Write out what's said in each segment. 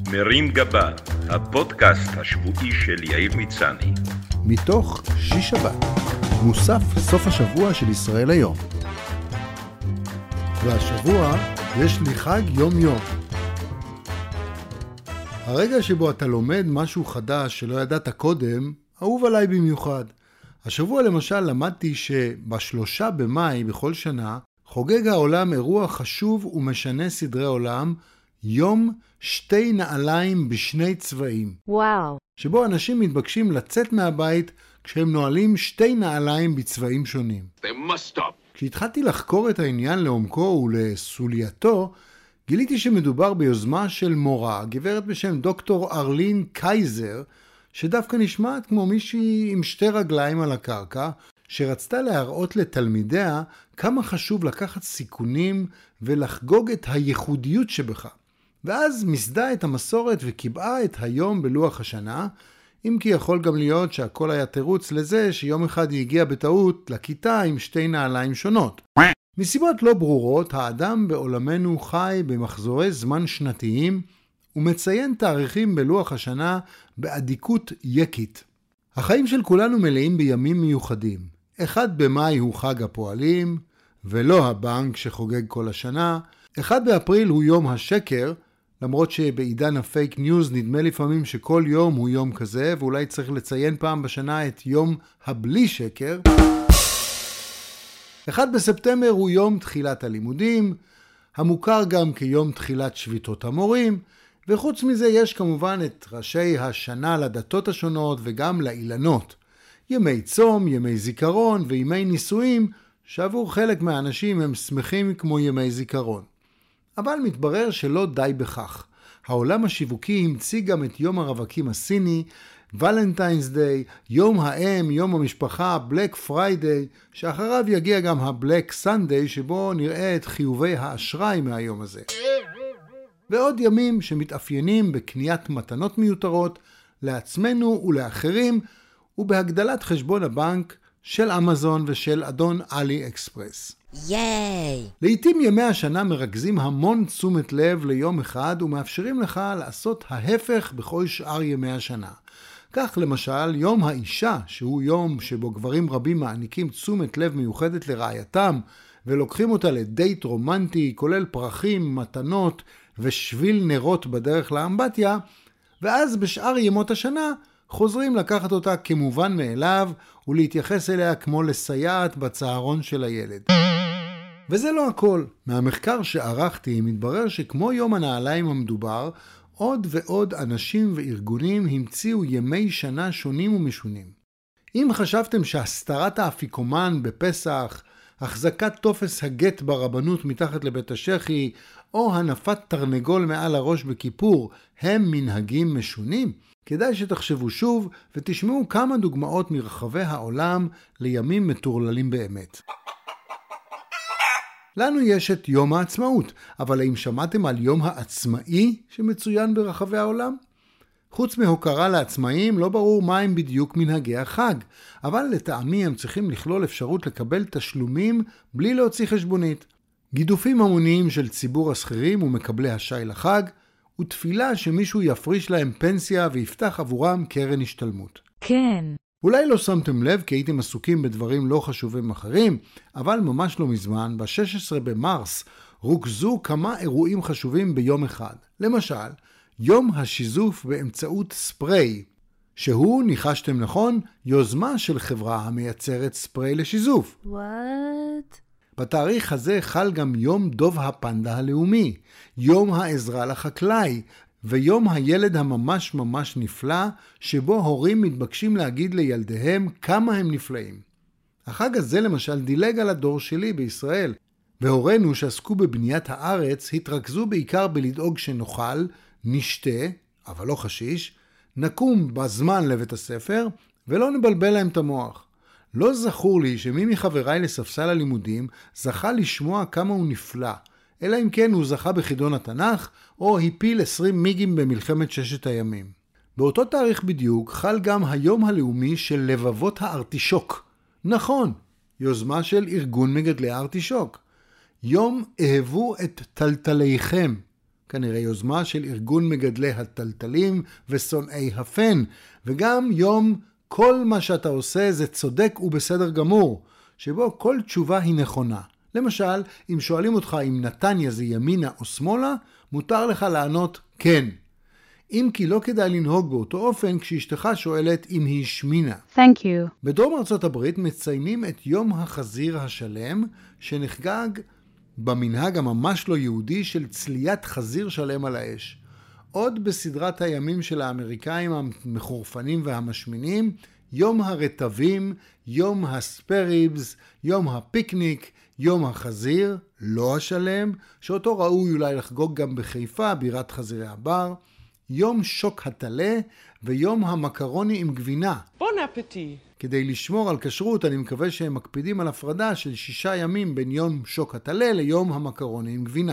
מרים גבה, הפודקאסט השבועי של יאיר מצני. מתוך שיש שבת, מוסף סוף השבוע של ישראל היום. והשבוע יש לי חג יום יום. הרגע שבו אתה לומד משהו חדש שלא ידעת קודם, אהוב עליי במיוחד. השבוע למשל למדתי ב3 במאי בכל שנה, חוגג העולם אירוע חשוב ומשנה סדרי עולם, יום 2 נעליים בשני צבעים. וואו. שבו אנשים מתבקשים לצאת מהבית כשהם נועלים 2 נעליים בצבעים שונים. They must stop. כשהתחלתי לחקור את העניין לעומקו ולסולייתו, גיליתי שמדובר ביוזמה של מורה, גברת בשם דוקטור ארלין קייזר, שדווקא נשמעת כמו מישהי עם 2 רגליים על הקרקע, שרצתה להראות לתלמידיה כמה חשוב לקחת סיכונים ולחגוג את הייחודיות שבך. ואז מסדה את המסורת וקיבעה את היום בלוח השנה, אם כי יכול גם להיות שהכל היה תירוץ לזה שיום אחד היא הגיעה בטעות לכיתה עם 2 נעליים שונות. מסיבות לא ברורות, האדם בעולמנו חי במחזורי זמן שנתיים, ומציין תאריכים בלוח השנה באדיקות יקית. החיים של כולנו מלאים בימים מיוחדים. 1 במאי הוא חג הפועלים, ולא הבנק שחוגג כל השנה. 1 באפריל הוא יום השקר, למרות שבעידן הפייק ניוז נדמה לפעמים שכל יום הוא יום כזה, ואולי צריך לציין פעם בשנה את יום הבלי שקר. 1 בספטמבר הוא יום תחילת הלימודים, המוכר גם כיום תחילת שביתות המורים, וחוץ מזה יש כמובן את ראשי השנה לדתות השונות וגם לאילנות. ימי צום, ימי זיכרון וימי נישואים, שעבור חלק מהאנשים הם שמחים כמו ימי זיכרון. אבל מתברר שלא די בכך. העולם השיווקי המציא גם את יום הרווקים הסיני, ולנטיינס דיי, יום האם, יום המשפחה, בלק פריידיי, שאחריו יגיע גם הבלק סנדיי, שבו נראה את חיובי האשראי מהיום הזה. ועוד ימים שמתאפיינים בקניית מתנות מיותרות לעצמנו ולאחרים, ובהגדלת חשבון הבנק של אמזון ושל אדון אלי אקספרס. ייי! לעתים ימי השנה מרכזים המון תשומת לב ליום אחד ומאפשרים לך לעשות ההפך בכל שאר ימי השנה. כך למשל יום האישה, שהוא יום שבו גברים רבים מעניקים תשומת לב מיוחדת לרעייתם ולוקחים אותה לדייט רומנטי כולל פרחים, מתנות ושביל נרות בדרך לאמבטיה, ואז בשאר ימות השנה חוזרים לקחת אותה כמובן מאליו ולהתייחס אליה כמו לסייעת בצהרון של הילד. וזה לא הכל. מהמחקר שערכתי מתברר שכמו יום הנעליים המדובר, עוד ועוד אנשים וארגונים המציאו ימי שנה שונים ומשונים. אם חשבתם שהסתרת האפיקומן בפסח, החזקת טופס הגט ברבנות מתחת לבית השחי, או הנפת תרנגול מעל הראש בכיפור הם מנהגים משונים, כדאי שתחשבו שוב ותשמעו כמה דוגמאות מרחבי העולם לימים מטורללים באמת. לנו יש את יום העצמאות, אבל האם שמעתם על יום העצמאי שמצוין ברחבי העולם? חוץ מהוקרה לעצמאים לא ברור מה הם בדיוק מנהגי החג, אבל לטעמי הם צריכים לכלול אפשרות לקבל תשלומים בלי להוציא חשבונית. גידופים המוניים של ציבור השכירים ומקבלי השי לחג, ותפילה שמישהו יפריש להם פנסיה ויפתח עבורם קרן השתלמות. כן. אולי לא שמתם לב כי הייתם עסוקים בדברים לא חשובים אחרים, אבל ממש לא מזמן, ב-16 במרס, רוכזו כמה אירועים חשובים ביום אחד. למשל, יום השיזוף באמצעות ספרי, שהוא, ניחשתם נכון, יוזמה של חברה המייצרת ספרי לשיזוף. What? בתאריך הזה חל גם יום דוב הפנדה הלאומי, יום העזרה לחקלאי, ויום הילד הממש ממש נפלא, שבו הורים מתבקשים להגיד לילדיהם כמה הם נפלאים. החג הזה למשל דילג על הדור שלי בישראל, והורינו שעסקו בבניית הארץ התרכזו בעיקר בלדאוג שנאכל, נשתה, אבל לא חשיש, נקום בזמן לבית הספר, ולא נבלבל להם את המוח. לא זכור לי שמי מחבריי לספסל הלימודים זכה לשמוע כמה הוא נפלא, אלא אם כן הוא זכה בחידון התנ"ך, או הפיל 20 מיגים במלחמת 6 הימים. באותו תאריך בדיוק חל גם היום הלאומי של לבבות הארטישוק. נכון, יוזמה של ארגון מגדלי הארטישוק. יום אהבו את טלטליכם. כנראה יוזמה של ארגון מגדלי הטלטלים ושונאי הפן, וגם יום כל מה שאתה עושה זה צודק ובסדר גמור, שבו כל תשובה היא נכונה. למשל, אם שואלים אותך אם נתניה זה ימינה או שמאלה, מותר לך לענות כן. אם כי לא כדאי לנהוג באותו אופן כשאשתך שואלת אם היא שמינה. Thank you. בדרום ארצות הברית מציינים את יום החזיר השלם, שנחגג במנהג הממש לא יהודי של צליית חזיר שלם על האש. עוד בסדרת הימים של האמריקאים המחורפנים והמשמינים, יום הרטבים, יום הספריבס, יום הפיקניק, יום החזיר, לא השלם, שאותו ראוי אולי לחגוג גם בחיפה, בירת חזירי הבר, יום שוק הטלה ויום המקרוני עם גבינה. בון אפטי. כדי לשמור על כשרות, אני מקווה שהם מקפידים על הפרדה של 6 ימים בין יום שוק הטלה ליום המקרוני עם גבינה.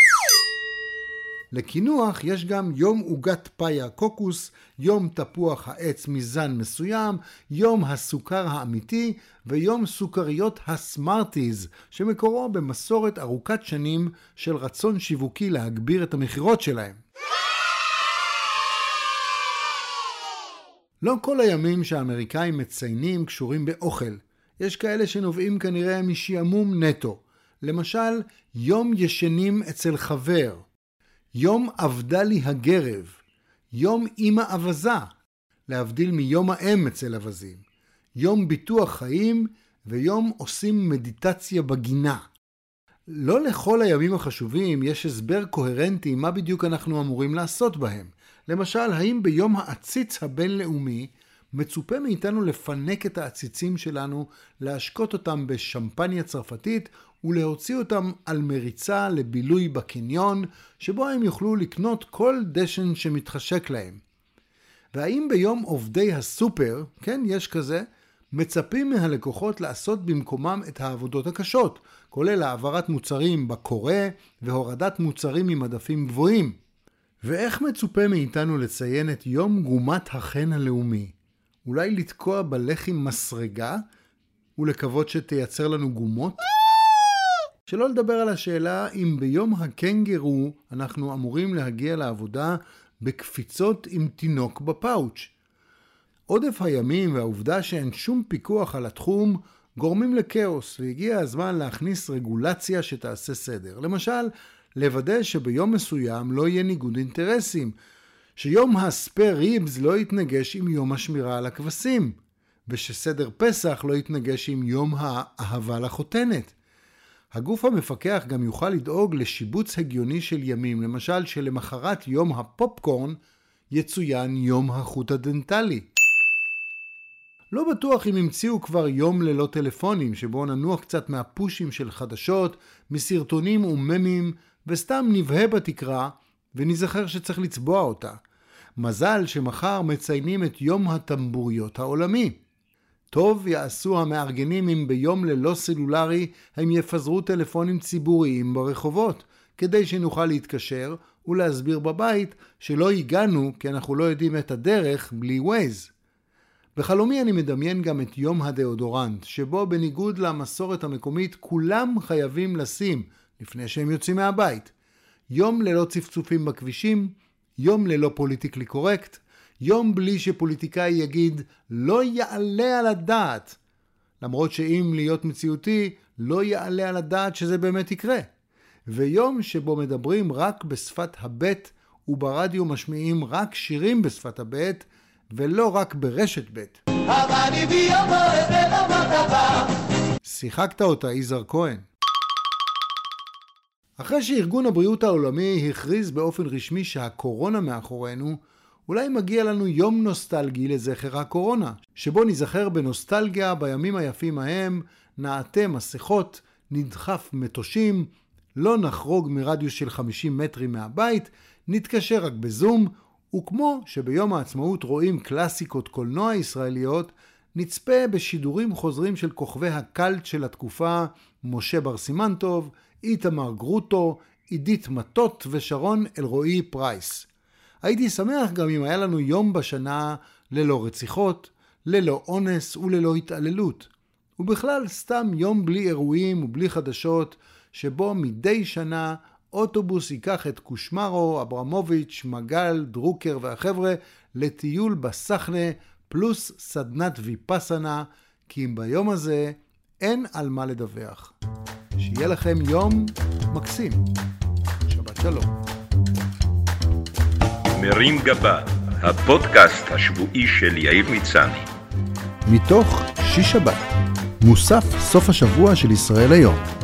לקינוח יש גם יום עוגת פאיה קוקוס, יום תפוח העץ מזן מסוים, יום הסוכר האמיתי ויום סוכריות הסמארטיז, שמקורו במסורת ארוכת שנים של רצון שיווקי להגביר את המחירות שלהם. לא כל הימים שהאמריקאים מציינים קשורים באוכל. יש כאלה שנובעים כנראה משעמום נטו. למשל, יום ישנים אצל חבר. יום עבדה לי הגרב, יום אמא אבזה, להבדיל מיום האם אצל אבזים, יום ביטוח חיים ויום עושים מדיטציה בגינה. לא לכל הימים החשובים יש הסבר קוהרנטי מה בדיוק אנחנו אמורים לעשות בהם. למשל, האם ביום העציץ הבינלאומי מצופה מאיתנו לפנק את העציצים שלנו, להשקות אותם בשמפניה צרפתית ולהוציא אותם על מריצה לבילוי בקניון, שבו הם יוכלו לקנות כל דשן שמתחשק להם. והאם ביום עובדי הסופר, כן, יש כזה, מצפים מהלקוחות לעשות במקומם את העבודות הקשות, כולל העברת מוצרים בקורא והורדת מוצרים ממדפים גבוהים. ואיך מצופה מאיתנו לציין את יום גומת החן הלאומי? אולי לתקוע בלחי מסרגה ולקוות שתייצר לנו גומות? שלא לדבר על השאלה אם ביום הקנגרו אנחנו אמורים להגיע לעבודה בקפיצות עם תינוק בפאוץ'. עודף הימים והעובדה שאין שום פיקוח על התחום גורמים לקאוס, והגיע הזמן להכניס רגולציה שתעשה סדר. למשל, לוודא שביום מסוים לא יהיה ניגוד אינטרסים, שיום הספר ריבס לא יתנגש עם יום השמירה על הכבשים, ושסדר פסח לא יתנגש עם יום האהבה לחותנת. הגוף המפקח גם יוכל לדאוג לשיבוץ הגיוני של ימים, למשל שלמחרת יום הפופקורן יצוין יום החוט הדנטלי. לא בטוח אם המציאו כבר יום ללא טלפונים, שבו ננוח קצת מהפושים של חדשות, מסרטונים וממים, וסתם נבהה בתקרה ונזכר שצריך לצבוע אותה. מזל שמחר מציינים את יום הטמבוריות העולמי. טוב יעשו המארגנים אם ביום ללא סלולרי הם יפזרו טלפונים ציבוריים ברחובות, כדי שנוכל להתקשר ולהסביר בבית שלא הגענו כי אנחנו לא יודעים את הדרך בלי ווייז. בחלומי אני מדמיין גם את יום הדאודורנט, שבו בניגוד למסורת המקומית כולם חייבים לשים לפני שהם יוצאים מהבית. יום ללא צפצופים בכבישים, יום ללא פוליטיקלי קורקט, יום בלי שפוליטיקאי יגיד לא יעלה על הדעת, למרות שאם להיות מציאותי לא יעלה על הדעת שזה באמת יקרה. ויום שבו מדברים רק בשפת הבית וברדיו משמיעים רק שירים בשפת הבית ולא רק ברשת בית. שיחקת אותה יזהר כהן. אחרי שארגון הבריאות העולמי הכריז באופן רשמי שהקורונה מאחורינו, אולי מגיע לנו יום נוסטלגי לזכר הקורונה, שבו נזכר בנוסטלגיה בימים היפים ההם, נעטה מסכות, נדחף מטושים, לא נחרוג מרדיוס של 50 מטרים מהבית, נתקשר רק בזום, וכמו שביום העצמאות רואים קלאסיקות קולנוע ישראליות, נצפה בשידורים חוזרים של כוכבי הקלט של התקופה, משה בר סימנטוב, איתמר גרוטו, עידית מטות ושרון אלרועי פרייס. הייתי שמח גם אם היה לנו יום בשנה ללא רציחות, ללא אונס וללא התעללות. ובכלל סתם יום בלי אירועים ובלי חדשות, שבו מדי שנה אוטובוס ייקח את קושמרו, אברמוביץ', מגל, דרוקר והחבר'ה לטיול בסחנה פלוס סדנת ויפסנה, כי אם ביום הזה אין על מה לדווח. שיהיה לכם יום מקסים. שבת שלום. מרים גבה, הפודקאסט השבועי של יאיר מצני. מתוך שיש שבת, מוסף סוף השבוע של ישראל היום.